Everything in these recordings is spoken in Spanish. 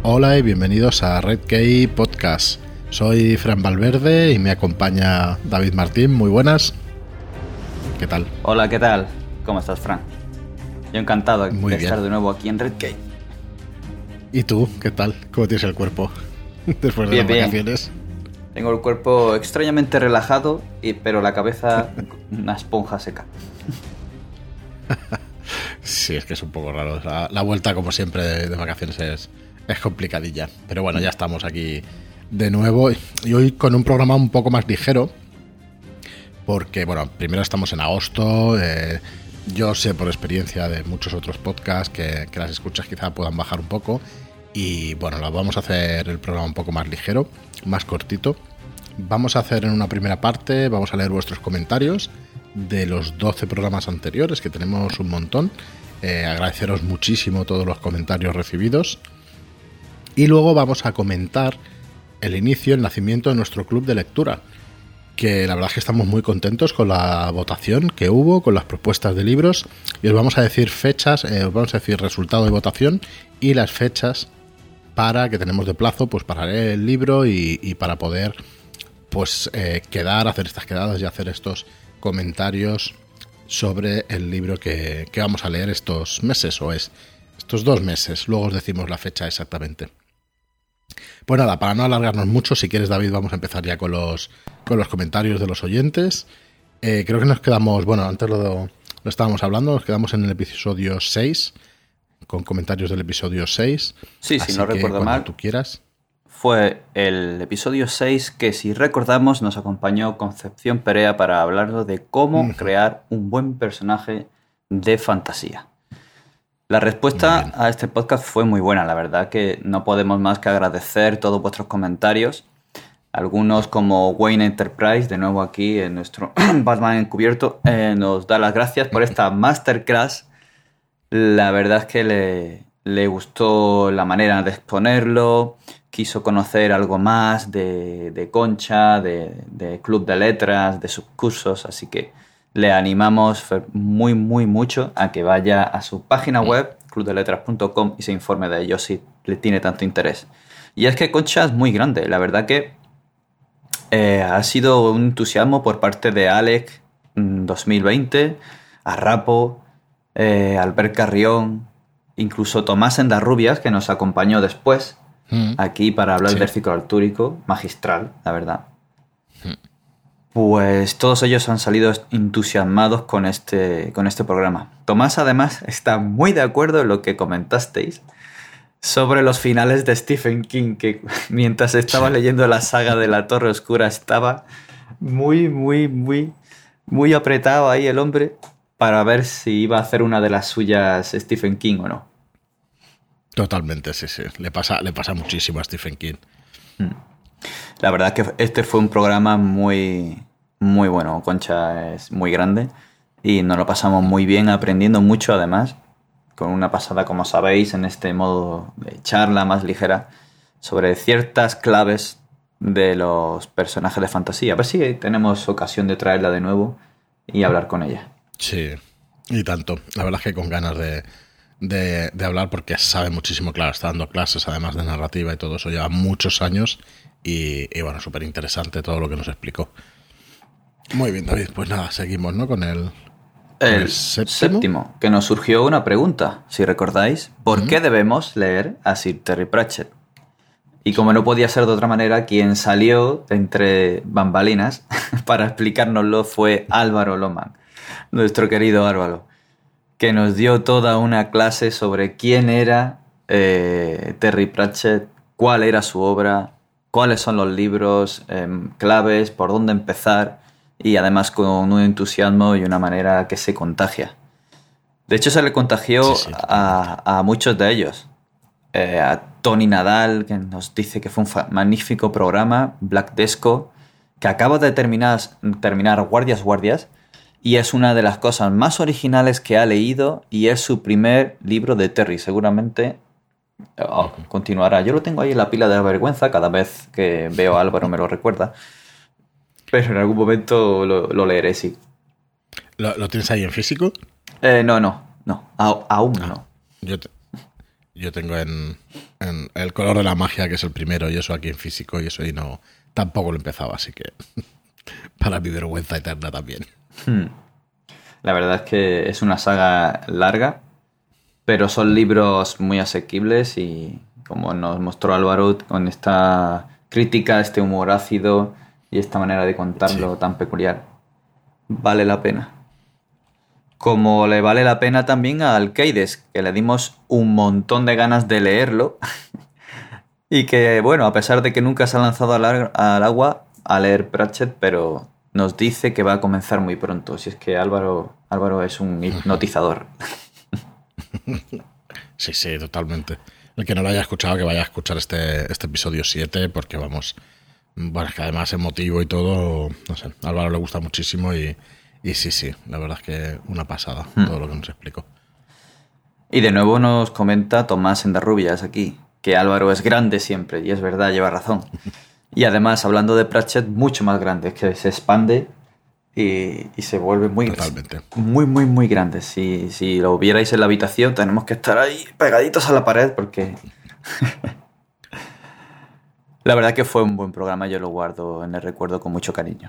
Hola y bienvenidos a Red Key Podcast. Soy Fran Valverde y me acompaña David Martín. Muy buenas. ¿Qué tal? Hola, ¿qué tal? ¿Cómo estás, Fran? Yo encantado de estar de nuevo aquí en Red Key. ¿Y tú? ¿Qué tal? ¿Cómo tienes el cuerpo después de las vacaciones? Tengo el cuerpo extrañamente relajado, pero la cabeza una esponja seca. Sí, es que es un poco raro. La vuelta, como siempre, de vacaciones es complicadilla. Pero bueno, ya estamos aquí de nuevo. Y hoy con un programa un poco más ligero. Porque, bueno, primero estamos en agosto. Yo sé por experiencia de muchos otros podcasts que las escuchas quizá puedan bajar un poco. Y bueno, vamos a hacer el programa un poco más ligero, más cortito. Vamos a hacer en una primera parte, vamos a leer vuestros comentarios de los 12 programas anteriores, que tenemos un montón. Agradeceros muchísimo todos los comentarios recibidos. Y luego vamos a comentar el inicio, el nacimiento de nuestro club de lectura, que la verdad es que estamos muy contentos con la votación que hubo, con las propuestas de libros, y os vamos a decir fechas, os vamos a decir resultado de votación y las fechas para que tenemos de plazo pues para leer el libro y para poder pues quedar, hacer estas quedadas y hacer estos comentarios sobre el libro que vamos a leer estos meses, estos 2 meses. Luego os decimos la fecha exactamente. Pues nada, para no alargarnos mucho, si quieres, David, vamos a empezar ya con los comentarios de los oyentes. Creo que nos quedamos, bueno, antes lo estábamos hablando, nos quedamos en el episodio 6, con comentarios del episodio 6. Sí, si no recuerdo mal, tú quieras. Fue el episodio 6 que, si recordamos, nos acompañó Concepción Perea para hablarnos de cómo crear un buen personaje de fantasía. La respuesta a este podcast fue muy buena, la verdad que no podemos más que agradecer todos vuestros comentarios. Algunos, como Wayne Enterprise, de nuevo aquí en nuestro Batman Encubierto, nos da las gracias por esta masterclass. La verdad es que le gustó la manera de exponerlo, quiso conocer algo más de Concha, de Club de Letras, de sus cursos, así que le animamos muy mucho a que vaya a su página web, clubdeletras.com, y se informe de ello si le tiene tanto interés. Y es que Concha es muy grande, la verdad que ha sido un entusiasmo por parte de Alec 2020, Arrapo, Albert Carrión, incluso Tomás Endarrubias, que nos acompañó después aquí para hablar del ciclo artúrico, magistral, la verdad. Pues todos ellos han salido entusiasmados con este programa. Tomás, además, está muy de acuerdo en lo que comentasteis sobre los finales de Stephen King, que mientras estaba leyendo la saga de la Torre Oscura estaba muy apretado ahí el hombre para ver si iba a hacer una de las suyas Stephen King o no. Totalmente, sí. Le pasa muchísimo a Stephen King. La verdad es que este fue un programa muy bueno. Concha es muy grande y nos lo pasamos muy bien, aprendiendo mucho, además, con una pasada, como sabéis, en este modo de charla más ligera sobre ciertas claves de los personajes de fantasía. A ver si tenemos ocasión de traerla de nuevo y hablar con ella. Sí, y tanto. La verdad es que con ganas de hablar, porque sabe muchísimo, claro, está dando clases además de narrativa y todo eso, lleva muchos años y bueno, súper interesante todo lo que nos explicó. Muy bien, David, pues nada, seguimos, ¿no? Con el séptimo, que nos surgió una pregunta, si recordáis, ¿por qué debemos leer a Sir Terry Pratchett? Y como no podía ser de otra manera, quien salió entre bambalinas para explicárnoslo fue Álvaro Loman, nuestro querido Álvaro, que nos dio toda una clase sobre quién era Terry Pratchett, cuál era su obra, cuáles son los libros, claves, por dónde empezar, y además con un entusiasmo y una manera que se contagia. De hecho, se le contagió a muchos de ellos. A Tony Nadal, que nos dice que fue un magnífico programa, Black Desco, que acaba de terminar Guardias, y es una de las cosas más originales que ha leído, y es su primer libro de Terry. Seguramente continuará. Yo lo tengo ahí en la pila de la vergüenza, cada vez que veo a Álvaro me lo recuerda, pero en algún momento lo leeré, sí. ¿Lo tienes ahí en físico? No, aún no. Yo tengo en El color de la magia, que es el primero, y eso aquí en físico, y eso y no tampoco lo he empezado, así que para mi vergüenza eterna también. La verdad es que es una saga larga, pero son libros muy asequibles y como nos mostró Álvaro con esta crítica, este humor ácido y esta manera de contarlo tan peculiar, vale la pena. Como le vale la pena también a Alcaides, que le dimos un montón de ganas de leerlo y que, bueno, a pesar de que nunca se ha lanzado al agua a leer Pratchett, pero nos dice que va a comenzar muy pronto. Si es que Álvaro es un hipnotizador. Sí, totalmente. El que no lo haya escuchado, que vaya a escuchar este episodio 7, porque vamos, bueno, es que además emotivo y todo, no sé, a Álvaro le gusta muchísimo y sí, la verdad es que una pasada todo lo que nos explicó. Y de nuevo nos comenta Tomás Endarrubias aquí, que Álvaro es grande siempre, y es verdad, lleva razón. Y además, hablando de Pratchett, mucho más grande, que se expande y se vuelve muy, totalmente, muy grande. Si lo vierais en la habitación, tenemos que estar ahí pegaditos a la pared porque la verdad que fue un buen programa, yo lo guardo en el recuerdo con mucho cariño.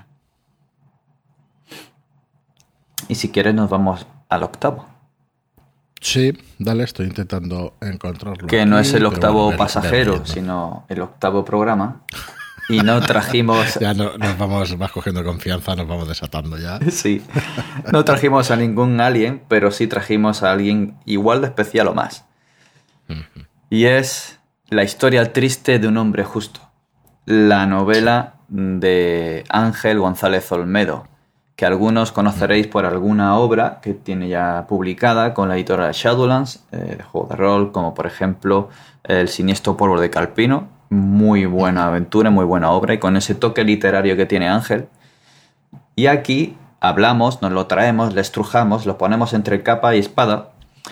Y si quieres nos vamos al octavo. Sí, dale, estoy intentando encontrarlo. Que aquí, no es el octavo bueno, pasajero, ¿no? Sino el octavo programa. Y no trajimos... Ya nos vas cogiendo confianza, nos vamos desatando ya. Sí. No trajimos a ningún alien, pero sí trajimos a alguien igual de especial o más. Y es La historia triste de un hombre justo. La novela de Ángel González Olmedo, que algunos conoceréis por alguna obra que tiene ya publicada con la editora Shadowlands, de juego de rol, como por ejemplo El siniestro polvo de Calpino. Muy buena aventura, muy buena obra, y con ese toque literario que tiene Ángel. Y aquí hablamos, nos lo traemos, le estrujamos, lo ponemos entre capa y espada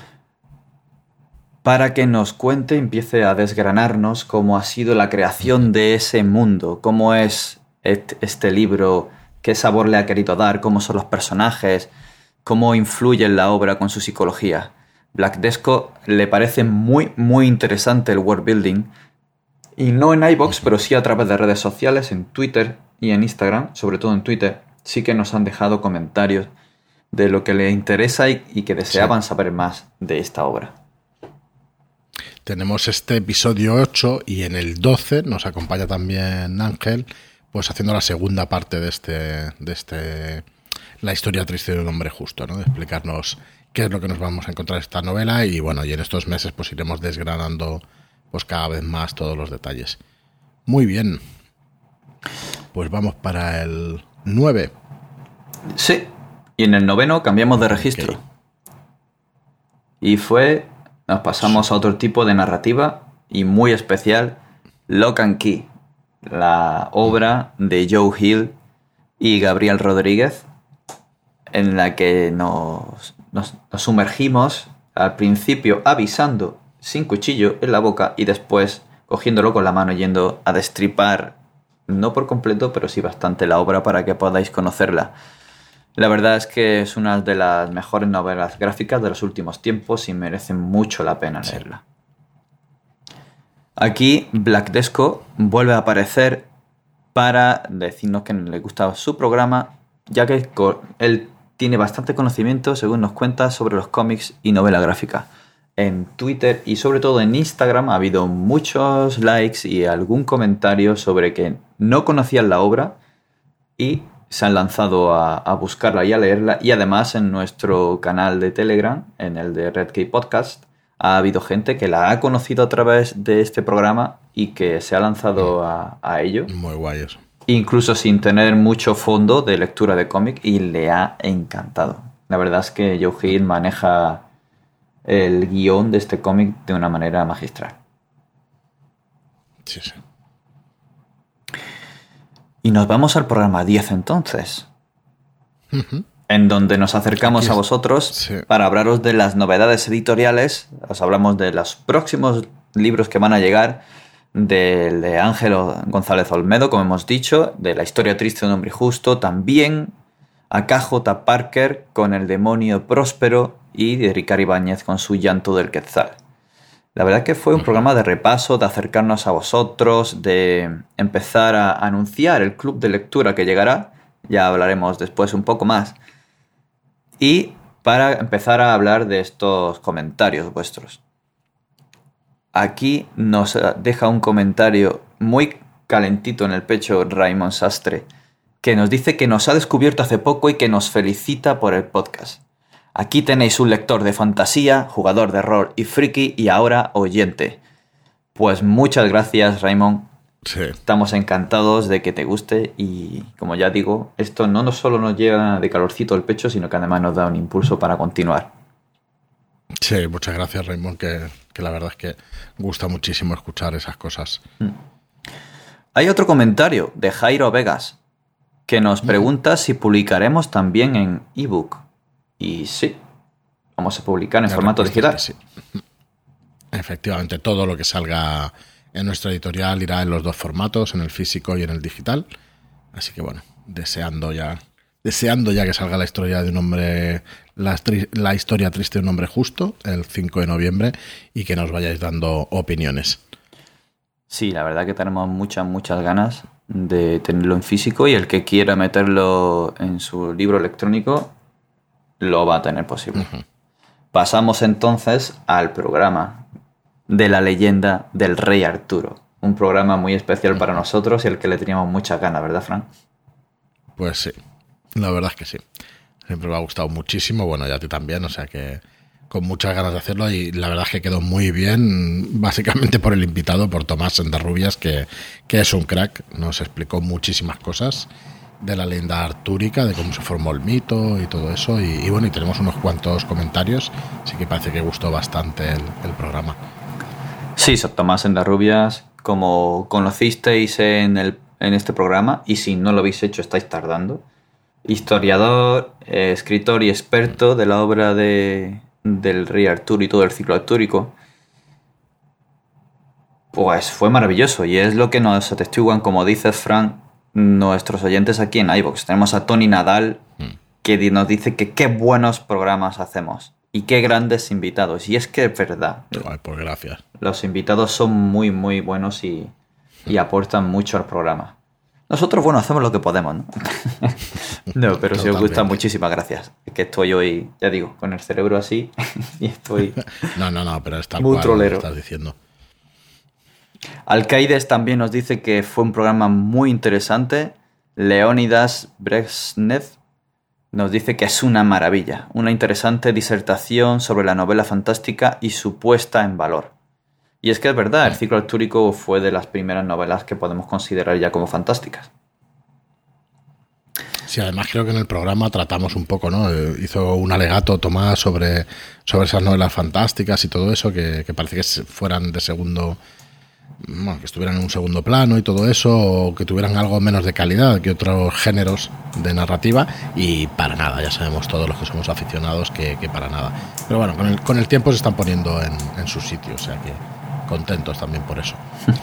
para que nos cuente, empiece a desgranarnos cómo ha sido la creación de ese mundo, cómo es este libro, qué sabor le ha querido dar, cómo son los personajes, cómo influye en la obra con su psicología. Black Desco le parece muy interesante el world building, y no en iVoox, pero sí a través de redes sociales, en Twitter y en Instagram, sobre todo en Twitter, sí que nos han dejado comentarios de lo que les interesa y que deseaban saber más de esta obra. Tenemos este episodio 8 y en el 12 nos acompaña también Ángel, pues haciendo la segunda parte de la historia triste de un hombre justo, ¿no? De explicarnos qué es lo que nos vamos a encontrar en esta novela y bueno, y en estos meses pues iremos desgranando pues cada vez más todos los detalles. Muy bien. Pues vamos para el 9. Sí, y en el 9 cambiamos de registro. Y nos pasamos a otro tipo de narrativa y muy especial, Lock and Key, la obra de Joe Hill y Gabriel Rodríguez, en la que nos sumergimos al principio avisando sin cuchillo en la boca y después cogiéndolo con la mano yendo a destripar, no por completo, pero sí bastante la obra para que podáis conocerla. La verdad es que es una de las mejores novelas gráficas de los últimos tiempos y merece mucho la pena leerla. Aquí Black Desco vuelve a aparecer para decirnos que le gusta su programa, ya que él tiene bastante conocimiento, según nos cuenta, sobre los cómics y novela gráfica. En Twitter y sobre todo en Instagram ha habido muchos likes y algún comentario sobre que no conocían la obra y se han lanzado a buscarla y a leerla. Y además en nuestro canal de Telegram, en el de Red Key Podcast, ha habido gente que la ha conocido a través de este programa y que se ha lanzado a ello. Muy guay eso. Incluso sin tener mucho fondo de lectura de cómic, y le ha encantado. La verdad es que Joe Hill maneja el guión de este cómic de una manera magistral. Sí. Y nos vamos al programa 10 entonces, en donde nos acercamos a vosotros para hablaros de las novedades editoriales. Os hablamos de los próximos libros que van a llegar, de Ángel González Olmedo, como hemos dicho, de La historia triste de un hombre justo, también a KJ Parker con El demonio próspero y de Ricard Ibáñez con Su llanto del Quetzal. La verdad que fue un programa de repaso, de acercarnos a vosotros, de empezar a anunciar el club de lectura que llegará. Ya hablaremos después un poco más. Y para empezar a hablar de estos comentarios vuestros. Aquí nos deja un comentario muy calentito en el pecho Raymond Sastre, que nos dice que nos ha descubierto hace poco y que nos felicita por el podcast. Aquí tenéis un lector de fantasía, jugador de rol y friki y ahora oyente. Pues muchas gracias, Raymond. Sí. Estamos encantados de que te guste y, como ya digo, esto no solo nos llega de calorcito al pecho, sino que además nos da un impulso para continuar. Sí, muchas gracias, Raymond, que la verdad es que gusta muchísimo escuchar esas cosas. Hay otro comentario de Jairo Vegas que nos pregunta si publicaremos también en ebook. Y sí, vamos a publicar en formato digital. Sí. Efectivamente, todo lo que salga en nuestra editorial irá en los dos formatos, en el físico y en el digital. Así que bueno, deseando ya que salga la historia de un hombre, la historia triste de un hombre justo, el 5 de noviembre, y que nos vayáis dando opiniones. Sí, la verdad que tenemos muchas ganas de tenerlo en físico y el que quiera meterlo en su libro electrónico lo va a tener posible. Uh-huh. Pasamos entonces al programa de la leyenda del Rey Arturo. Un programa muy especial para nosotros y al que le teníamos muchas ganas, ¿verdad, Fran? Pues sí, la verdad es que sí. Siempre me ha gustado muchísimo, bueno, y a ti también, o sea que con muchas ganas de hacerlo y la verdad es que quedó muy bien, básicamente por el invitado, por Tomás Sendarrubias, que es un crack, nos explicó muchísimas cosas de la leyenda artúrica, de cómo se formó el mito y todo eso, y bueno, y tenemos unos cuantos comentarios, así que parece que gustó bastante el programa. Sí, Tomás Sendarrubias, como conocisteis en este programa, y si no lo habéis hecho estáis tardando, historiador, escritor y experto de la obra del Rey Arturo y todo el ciclo artúrico, pues fue maravilloso y es lo que nos atestiguan, como dices, Fran, nuestros oyentes aquí en iVoox. Tenemos a Tony Nadal que nos dice que qué buenos programas hacemos y qué grandes invitados, y es que es verdad. Ay, pues gracias. Los invitados son muy buenos y aportan mucho al programa. Nosotros, bueno, hacemos lo que podemos, ¿no? No, pero si os gusta, muchísimas gracias. Es que estoy hoy, ya digo, con el cerebro así y estoy... No, pero está muy trolero. Estás diciendo. Alcaides también nos dice que fue un programa muy interesante. Leónidas Brezhnev nos dice que es una maravilla, una interesante disertación sobre la novela fantástica y su puesta en valor. Y es que es verdad, el ciclo artúrico fue de las primeras novelas que podemos considerar ya como fantásticas. Sí, además creo que en el programa tratamos un poco, ¿no? Hizo un alegato Tomás sobre esas novelas fantásticas y todo eso, que parece que fueran de segundo... Bueno, que estuvieran en un segundo plano y todo eso, o que tuvieran algo menos de calidad que otros géneros de narrativa, y para nada, ya sabemos todos los que somos aficionados que para nada. Pero bueno, con el tiempo se están poniendo en su sitio, o sea que contentos también por eso.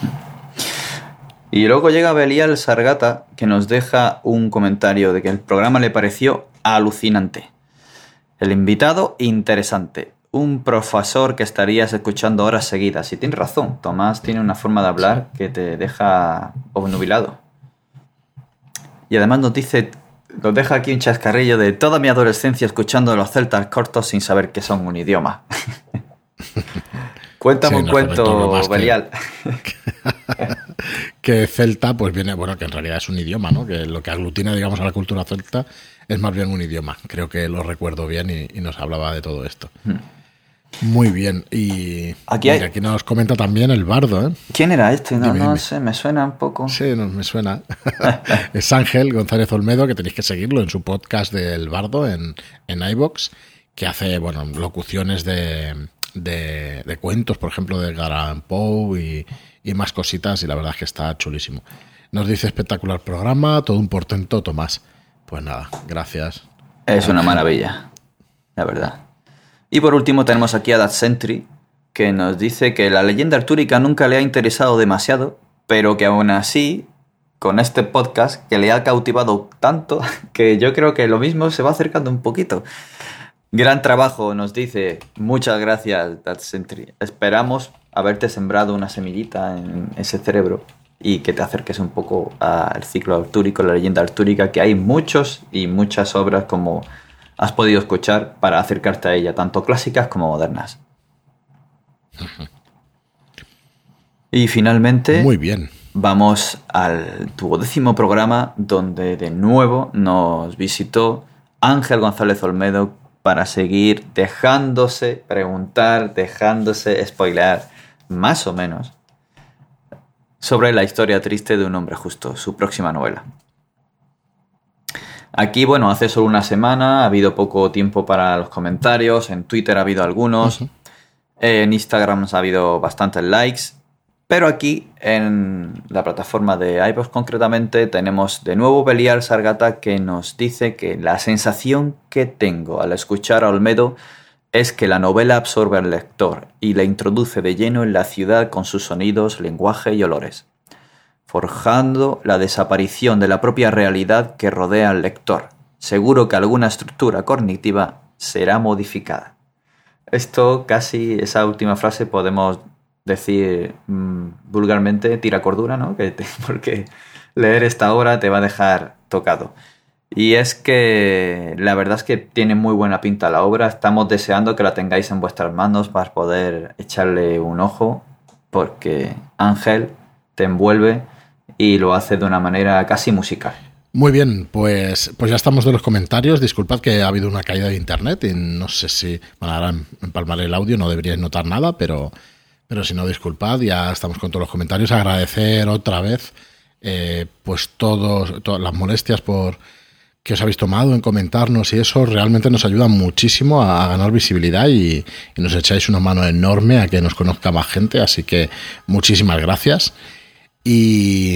Y luego llega Belial Sargata, que nos deja un comentario de que el programa le pareció alucinante. El invitado, interesante. Un profesor que estarías escuchando horas seguidas. Y tienes razón, Tomás tiene una forma de hablar que te deja obnubilado. Y además nos deja aquí un chascarrillo de toda mi adolescencia escuchando a los celtas cortos sin saber que son un idioma. Cuéntame un cuento, Belial. Que celta, pues viene, bueno, que en realidad es un idioma, ¿no? Que lo que aglutina, digamos, a la cultura celta es más bien un idioma. Creo que lo recuerdo bien y nos hablaba de todo esto. Muy bien. Y aquí nos comenta también el bardo, ¿eh? ¿Quién era este? No sé, me suena un poco. Sí, me suena. Es Ángel González Olmedo, que tenéis que seguirlo en su podcast del bardo en iVoox, que hace, bueno, locuciones de cuentos, por ejemplo, de Edgar Allan Poe y más cositas, y la verdad es que está chulísimo. Nos dice espectacular programa, todo un portento, Tomás. Pues nada, gracias. Es una maravilla, la verdad. Y por último tenemos aquí a That Sentry, que nos dice que la leyenda artúrica nunca le ha interesado demasiado, pero que aún así, con este podcast, que le ha cautivado tanto, que yo creo que lo mismo se va acercando un poquito. Gran trabajo, nos dice. Muchas gracias, That Sentry. Esperamos haberte sembrado una semillita en ese cerebro y que te acerques un poco al ciclo artúrico, la leyenda artúrica, que hay muchos y muchas obras, como has podido escuchar, para acercarte a ella, tanto clásicas como modernas. Y finalmente, muy bien, vamos al 12º programa, donde de nuevo nos visitó Ángel González Olmedo para seguir dejándose preguntar, dejándose spoilear, más o menos, sobre la historia triste de un hombre justo, su próxima novela. Aquí, bueno, hace solo una semana, ha habido poco tiempo para los comentarios, en Twitter ha habido algunos, en Instagram ha habido bastantes likes, pero aquí, en la plataforma de iVoox concretamente, tenemos de nuevo Belial Sargata, que nos dice que la sensación que tengo al escuchar a Olmedo es que la novela absorbe al lector y le introduce de lleno en la ciudad con sus sonidos, lenguaje y olores, forjando la desaparición de la propia realidad que rodea al lector. Seguro que alguna estructura cognitiva será modificada. Esto, casi esa última frase, podemos decir vulgarmente, tira cordura, ¿no? Porque leer esta obra te va a dejar tocado. Y es que la verdad es que tiene muy buena pinta la obra. Estamos deseando que la tengáis en vuestras manos para poder echarle un ojo, porque Ángel te envuelve y lo hace de una manera casi musical. Muy bien, pues ya estamos de los comentarios. Disculpad que ha habido una caída de internet y no sé si... Bueno, ahora empalmaré el audio, no deberíais notar nada, pero si no, disculpad, ya estamos con todos los comentarios. Agradecer otra vez pues todas las molestias que os habéis tomado en comentarnos, y eso realmente nos ayuda muchísimo a ganar visibilidad y nos echáis una mano enorme a que nos conozca más gente, así que muchísimas gracias. Y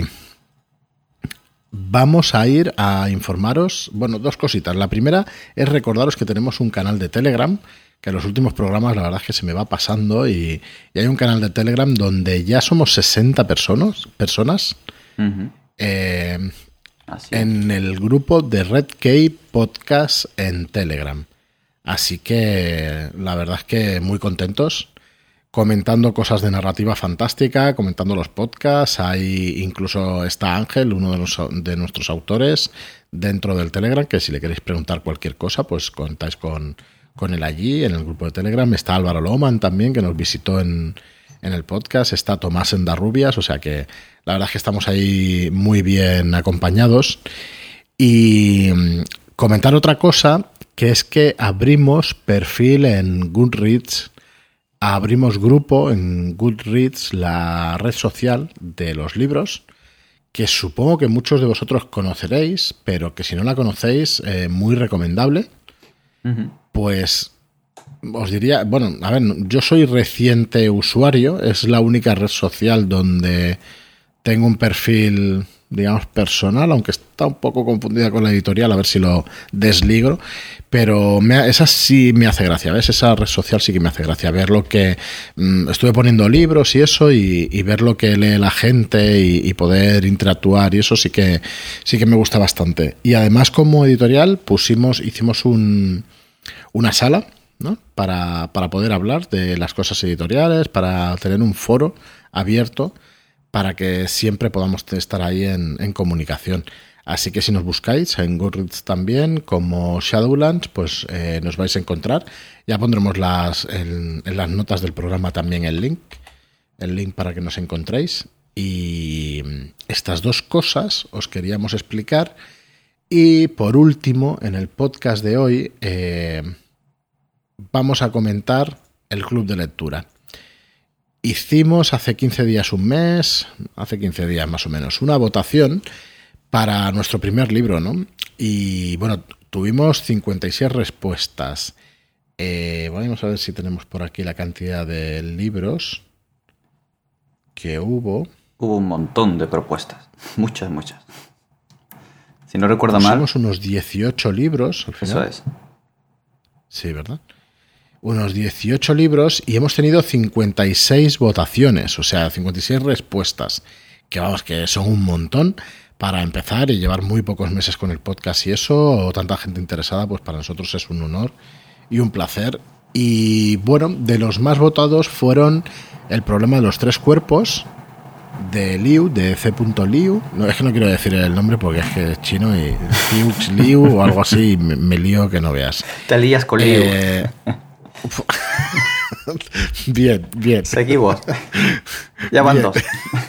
vamos a ir a informaros, bueno, dos cositas. La primera es recordaros que tenemos un canal de Telegram, que en los últimos programas la verdad es que se me va pasando, y hay un canal de Telegram donde ya somos 60 personas en el grupo de Red Key Podcast en Telegram. Así que la verdad es que muy contentos, comentando cosas de narrativa fantástica, comentando los podcasts. Ahí incluso está Ángel, uno de nuestros autores, dentro del Telegram, que si le queréis preguntar cualquier cosa, pues contáis con él allí, en el grupo de Telegram. Está Álvaro Loman también, que nos visitó en el podcast. Está Tomás Endarrubias, o sea que la verdad es que estamos ahí muy bien acompañados. Y comentar otra cosa, que es que abrimos perfil en Goodreads, abrimos grupo en Goodreads, la red social de los libros, que supongo que muchos de vosotros conoceréis, pero que si no la conocéis, muy recomendable. Pues os diría, bueno, a ver, yo soy reciente usuario, es la única red social donde tengo un perfil, digamos, personal, aunque está un poco confundida con la editorial, a ver si lo desligo, pero esa sí me hace gracia, ¿ves? Esa red social sí que me hace gracia, ver lo que... estuve poniendo libros y eso, y ver lo que lee la gente y poder interactuar, y eso sí que me gusta bastante. Y además, como editorial, hicimos una sala, ¿no? Para poder hablar de las cosas editoriales, para tener un foro abierto, para que siempre podamos estar ahí en comunicación. Así que si nos buscáis en Goodreads también, como Shadowlands, pues nos vais a encontrar. Ya pondremos en las notas del programa también el link para que nos encontréis. Y estas dos cosas os queríamos explicar. Y por último, en el podcast de hoy vamos a comentar el club de lectura. Hicimos hace 15 días más o menos, una votación para nuestro primer libro, ¿no? Y bueno, tuvimos 56 respuestas. Vamos a ver si tenemos por aquí la cantidad de libros que hubo. Hubo un montón de propuestas, muchas. Si no recuerdo mal, pusimos unos 18 libros al final. Eso es. Sí, ¿verdad? Unos 18 libros y hemos tenido 56 votaciones, o sea, 56 respuestas, que vamos, que son un montón para empezar y llevar muy pocos meses con el podcast, y eso, o tanta gente interesada, pues para nosotros es un honor y un placer. Y bueno, de los más votados fueron El problema de los tres cuerpos, de Liu, de C. Liu. No, es que no quiero decir el nombre porque es que es chino y Xiux Liu o algo así, y me lío que no veas. Te lías con Liu. Bien. Seguimos. Ya van dos.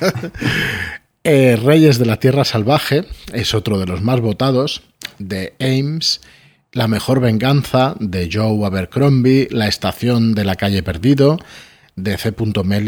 Reyes de la Tierra Salvaje es otro de los más votados, de Ames. La mejor venganza, de Joe Abercrombie. La estación de la calle perdido, de C.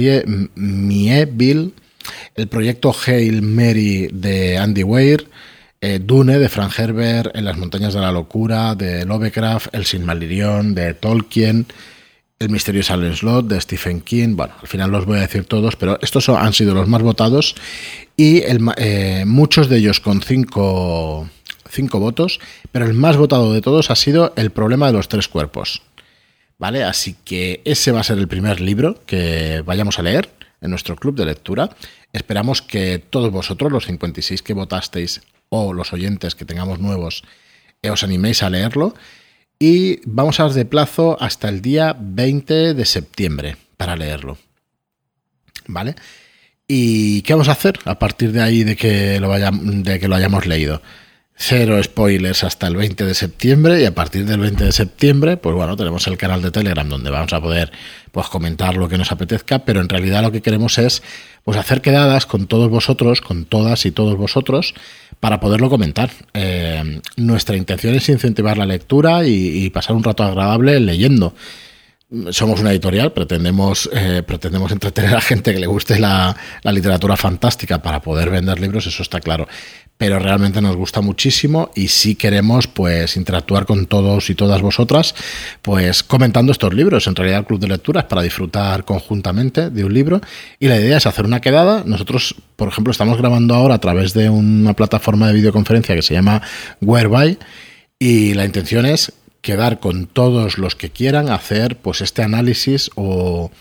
Mieville. El proyecto Hail Mary, de Andy Weir. Dune, de Frank Herbert. En las montañas de la locura, de Lovecraft. El Silmarillion, de Tolkien. El misterio de Salem Slot, de Stephen King. Bueno, al final los voy a decir todos, pero estos han sido los más votados y muchos de ellos con cinco votos, pero el más votado de todos ha sido El problema de los tres cuerpos. ¿Vale? Así que ese va a ser el primer libro que vayamos a leer en nuestro club de lectura. Esperamos que todos vosotros, los 56 que votasteis, o los oyentes que tengamos nuevos, os animéis a leerlo. Y vamos a dar de plazo hasta el día 20 de septiembre para leerlo. ¿Vale? ¿Y qué vamos a hacer a partir de ahí de que lo hayamos leído? Cero spoilers hasta el 20 de septiembre y a partir del 20 de septiembre, pues bueno, tenemos el canal de Telegram donde vamos a poder pues comentar lo que nos apetezca, pero en realidad lo que queremos es pues hacer quedadas con todos vosotros, con todas y todos vosotros, para poderlo comentar. Nuestra intención es incentivar la lectura y pasar un rato agradable leyendo. Somos una editorial, pretendemos entretener a la gente que le guste la literatura fantástica para poder vender libros, eso está claro. Pero realmente nos gusta muchísimo y sí queremos pues interactuar con todos y todas vosotras pues comentando estos libros. En realidad el club de lectura es para disfrutar conjuntamente de un libro y la idea es hacer una quedada. Nosotros, por ejemplo, estamos grabando ahora a través de una plataforma de videoconferencia que se llama Whereby y la intención es quedar con todos los que quieran hacer pues este análisis o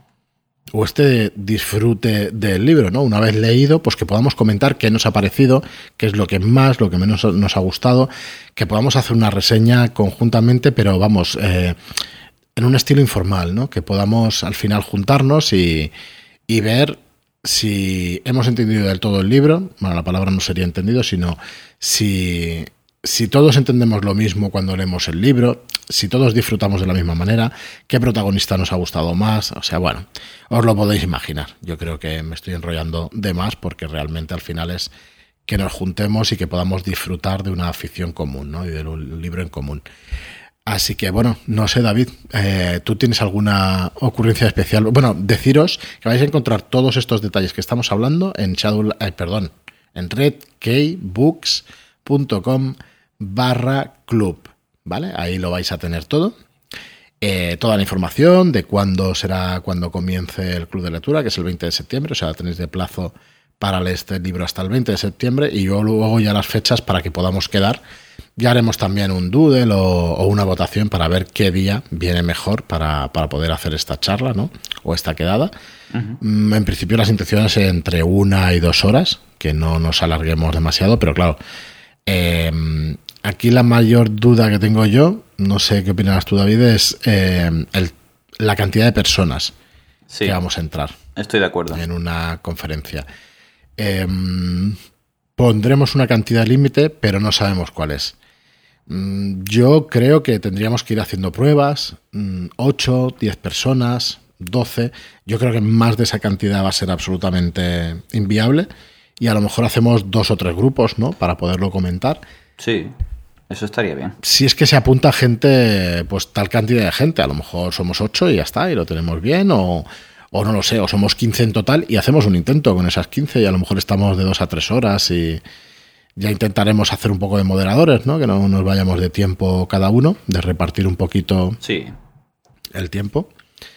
este disfrute del libro, ¿no? Una vez leído, pues que podamos comentar qué nos ha parecido, qué es lo que más, lo que menos nos ha gustado, que podamos hacer una reseña conjuntamente, pero vamos, en un estilo informal, ¿no? Que podamos al final juntarnos y ver si hemos entendido del todo el libro. Bueno, la palabra no sería entendido, sino si todos entendemos lo mismo cuando leemos el libro, si todos disfrutamos de la misma manera, qué protagonista nos ha gustado más, o sea, bueno, os lo podéis imaginar. Yo creo que me estoy enrollando de más porque realmente al final es que nos juntemos y que podamos disfrutar de una afición común, ¿no? Y de un libro en común. Así que, bueno, no sé, David, ¿tú tienes alguna ocurrencia especial? Bueno, deciros que vais a encontrar todos estos detalles que estamos hablando en en redkeybooks.com/club, ¿vale? Ahí lo vais a tener todo. Toda la información de cuándo comience el club de lectura, que es el 20 de septiembre, o sea, tenéis de plazo para leer este libro hasta el 20 de septiembre y yo luego ya las fechas para que podamos quedar. Ya haremos también un doodle o una votación para ver qué día viene mejor para poder hacer esta charla, ¿no? O esta quedada. Uh-huh. En principio las intenciones entre 1 y 2 horas, que no nos alarguemos demasiado, pero claro, aquí la mayor duda que tengo yo, no sé qué opinarás tú, David, es la cantidad de personas que vamos a entrar. Estoy de acuerdo. En una conferencia. Pondremos una cantidad límite, pero no sabemos cuál es. Yo creo que tendríamos que ir haciendo pruebas, 8, 10 personas, 12. Yo creo que más de esa cantidad va a ser absolutamente inviable y a lo mejor hacemos 2 o 3 grupos, ¿no? Para poderlo comentar. Sí, eso estaría bien. Si es que se apunta gente, pues tal cantidad de gente, a lo mejor somos 8 y ya está, y lo tenemos bien, o no lo sé, o somos 15 en total y hacemos un intento con esas 15 y a lo mejor estamos de 2 a 3 horas y ya intentaremos hacer un poco de moderadores, ¿no? Que no nos vayamos de tiempo cada uno, de repartir un poquito el tiempo.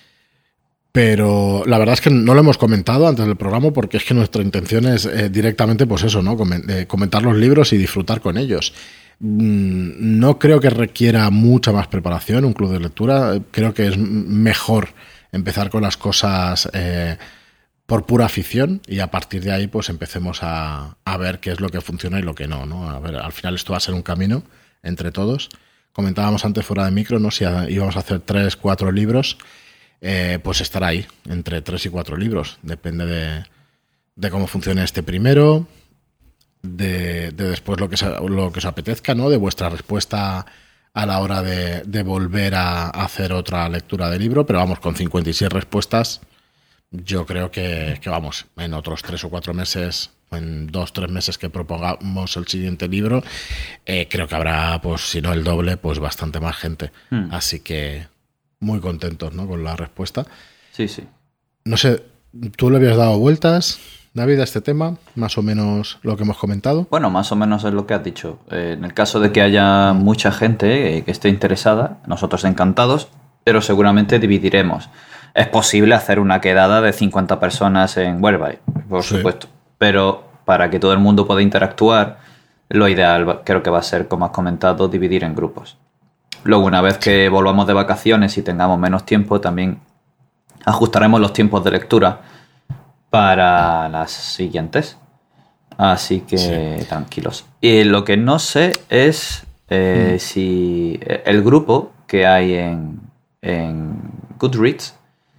Pero la verdad es que no lo hemos comentado antes del programa porque es que nuestra intención es directamente, pues eso, ¿no? Comentar los libros y disfrutar con ellos. No creo que requiera mucha más preparación un club de lectura. Creo que es mejor empezar con las cosas por pura afición y a partir de ahí pues empecemos a ver qué es lo que funciona y lo que no, ¿no? A ver, al final esto va a ser un camino entre todos, comentábamos antes fuera de micro, ¿no? Si íbamos a hacer 3, 4 libros, pues estará ahí, entre 3 y 4 libros. Depende de cómo funcione este primero, de después lo que os apetezca, ¿no? De vuestra respuesta a la hora de volver a hacer otra lectura de libro, pero vamos, con 56 respuestas, yo creo que vamos, en otros 3 o 4 meses, en 2 o 3 meses que propongamos el siguiente libro, creo que habrá, pues si no el doble, pues bastante más gente. Así que muy contentos, ¿no? Con la respuesta. Sí, sí. No sé, ¿tú le habías dado vueltas, David, a este tema? Más o menos lo que hemos comentado. Bueno, más o menos es lo que has dicho. En el caso de que haya mucha gente que esté interesada, nosotros encantados, pero seguramente dividiremos. Es posible hacer una quedada de 50 personas en Whereby, por supuesto. Pero para que todo el mundo pueda interactuar, lo ideal creo que va a ser, como has comentado, dividir en grupos. Luego, una vez que volvamos de vacaciones y tengamos menos tiempo, también ajustaremos los tiempos de lectura para las siguientes. Así que tranquilos. Y lo que no sé es si el grupo que hay en Goodreads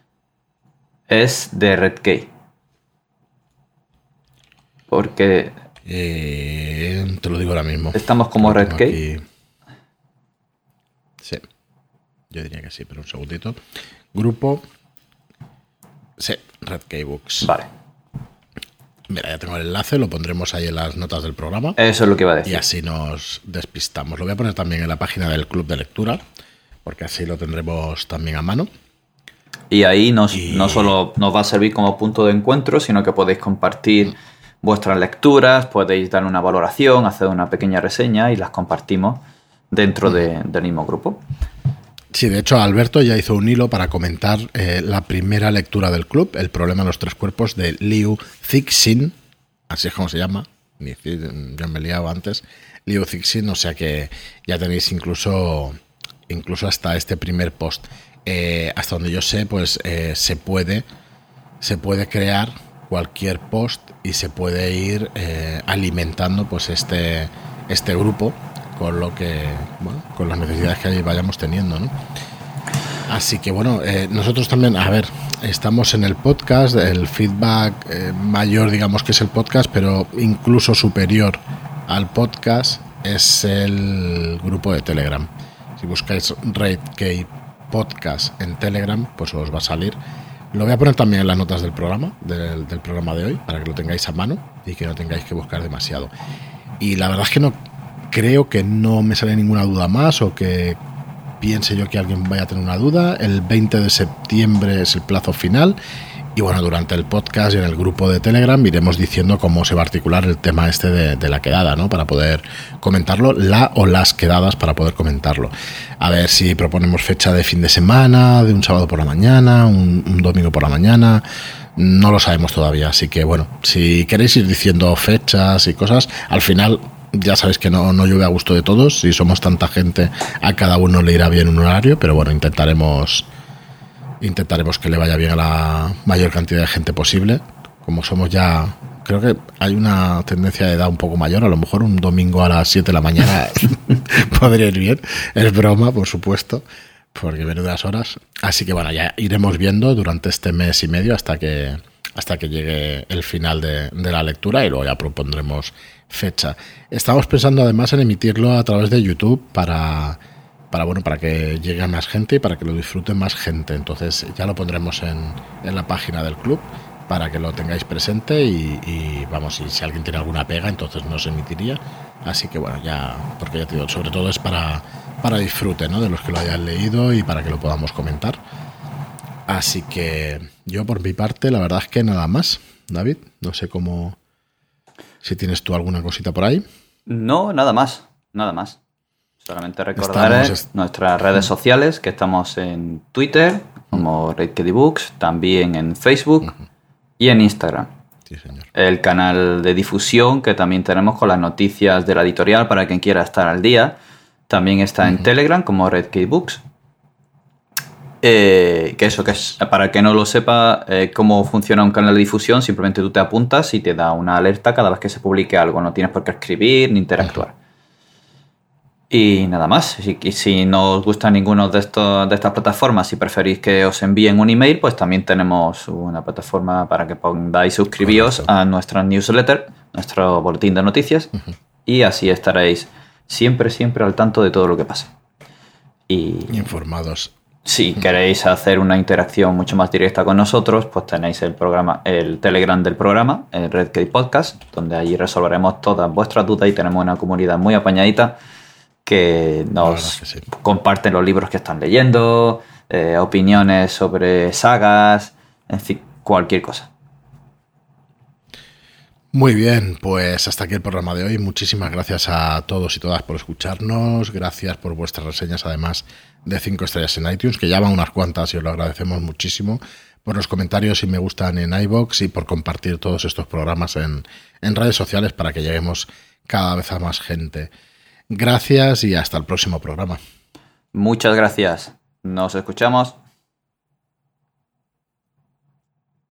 es de Redkey. Porque te lo digo ahora mismo. Estamos como Redkey. Sí, yo diría que sí, pero un segundito. Grupo. Sí, Redkey Books. Vale. Mira, ya tengo el enlace, lo pondremos ahí en las notas del programa. Eso es lo que iba a decir. Y así nos despistamos. Lo voy a poner también en la página del Club de Lectura, porque así lo tendremos también a mano. Y ahí no solo nos va a servir como punto de encuentro, sino que podéis compartir vuestras lecturas, podéis dar una valoración, hacer una pequeña reseña y las compartimos dentro del mismo grupo. Sí, de hecho Alberto ya hizo un hilo para comentar la primera lectura del club, El problema de los 3 cuerpos, de Liu Cixin, así es como se llama, ya me he liado antes, Liu Cixin, o sea que ya tenéis incluso hasta este primer post. Hasta donde yo sé, pues se puede crear cualquier post y se puede ir alimentando pues este grupo con lo que con las necesidades que vayamos teniendo, ¿no? Así que bueno, nosotros también, a ver, estamos en el podcast, el feedback mayor, digamos que es el podcast, pero incluso superior al podcast es el grupo de Telegram. Si buscáis Redkey Podcast en Telegram, pues os va a salir. Lo voy a poner también en las notas del programa, del programa de hoy, para que lo tengáis a mano y que no tengáis que buscar demasiado. Y la verdad es que no creo que no me sale ninguna duda más, o que piense yo que alguien vaya a tener una duda. El 20 de septiembre es el plazo final. Y bueno, durante el podcast y en el grupo de Telegram iremos diciendo cómo se va a articular el tema este de la quedada, ¿no? Para poder comentarlo, o las quedadas para poder comentarlo. A ver si proponemos fecha de fin de semana, de un sábado por la mañana, un domingo por la mañana. No lo sabemos todavía, así que bueno, si queréis ir diciendo fechas y cosas, al final ya sabéis que no llueve a gusto de todos. Si somos tanta gente, a cada uno le irá bien un horario, pero bueno, intentaremos que le vaya bien a la mayor cantidad de gente posible. Como somos ya, creo que hay una tendencia de edad un poco mayor, a lo mejor un domingo a las 7 de la mañana podría ir bien. Es broma, por supuesto, porque menudas horas. Así que bueno, ya iremos viendo durante este mes y medio hasta que llegue el final de la lectura, y luego ya propondremos fecha. Estamos pensando además en emitirlo a través de YouTube para que llegue a más gente y para que lo disfrute más gente. Entonces ya lo pondremos en la página del club para que lo tengáis presente y vamos, y si alguien tiene alguna pega, entonces no se emitiría. Así que bueno, ya, porque ya te digo, sobre todo es para disfrute, ¿no? De los que lo hayan leído y para que lo podamos comentar. Así que yo por mi parte, la verdad es que nada más. David, no sé si tienes tú alguna cosita por ahí. No, nada más. Solamente recordar nuestras redes sociales, que estamos en Twitter como Redkey Books, también en Facebook y en Instagram. Sí, señor. El canal de difusión que también tenemos con las noticias de la editorial para quien quiera estar al día. También está en Telegram como Redkey Books. Que es, para el que no lo sepa, cómo funciona un canal de difusión, simplemente tú te apuntas y te da una alerta cada vez que se publique algo, no tienes por qué escribir ni interactuar. Y nada más. Si no os gusta ninguno de estas plataformas, si preferís que os envíen un email, pues también tenemos una plataforma para que podáis suscribiros a nuestra newsletter, nuestro boletín de noticias, y así estaréis siempre al tanto de todo lo que pase. Y informados. Si queréis hacer una interacción mucho más directa con nosotros, pues tenéis el Telegram del programa, el Red Key Podcast, donde allí resolveremos todas vuestras dudas y tenemos una comunidad muy apañadita que nos comparten los libros que están leyendo, opiniones sobre sagas, en fin, cualquier cosa. Muy bien, pues hasta aquí el programa de hoy. Muchísimas gracias a todos y todas por escucharnos. Gracias por vuestras reseñas, además de 5 estrellas en iTunes, que ya van unas cuantas y os lo agradecemos muchísimo. Por los comentarios y me gustan en iVoox y por compartir todos estos programas en redes sociales para que lleguemos cada vez a más gente. Gracias y hasta el próximo programa. Muchas gracias. Nos escuchamos.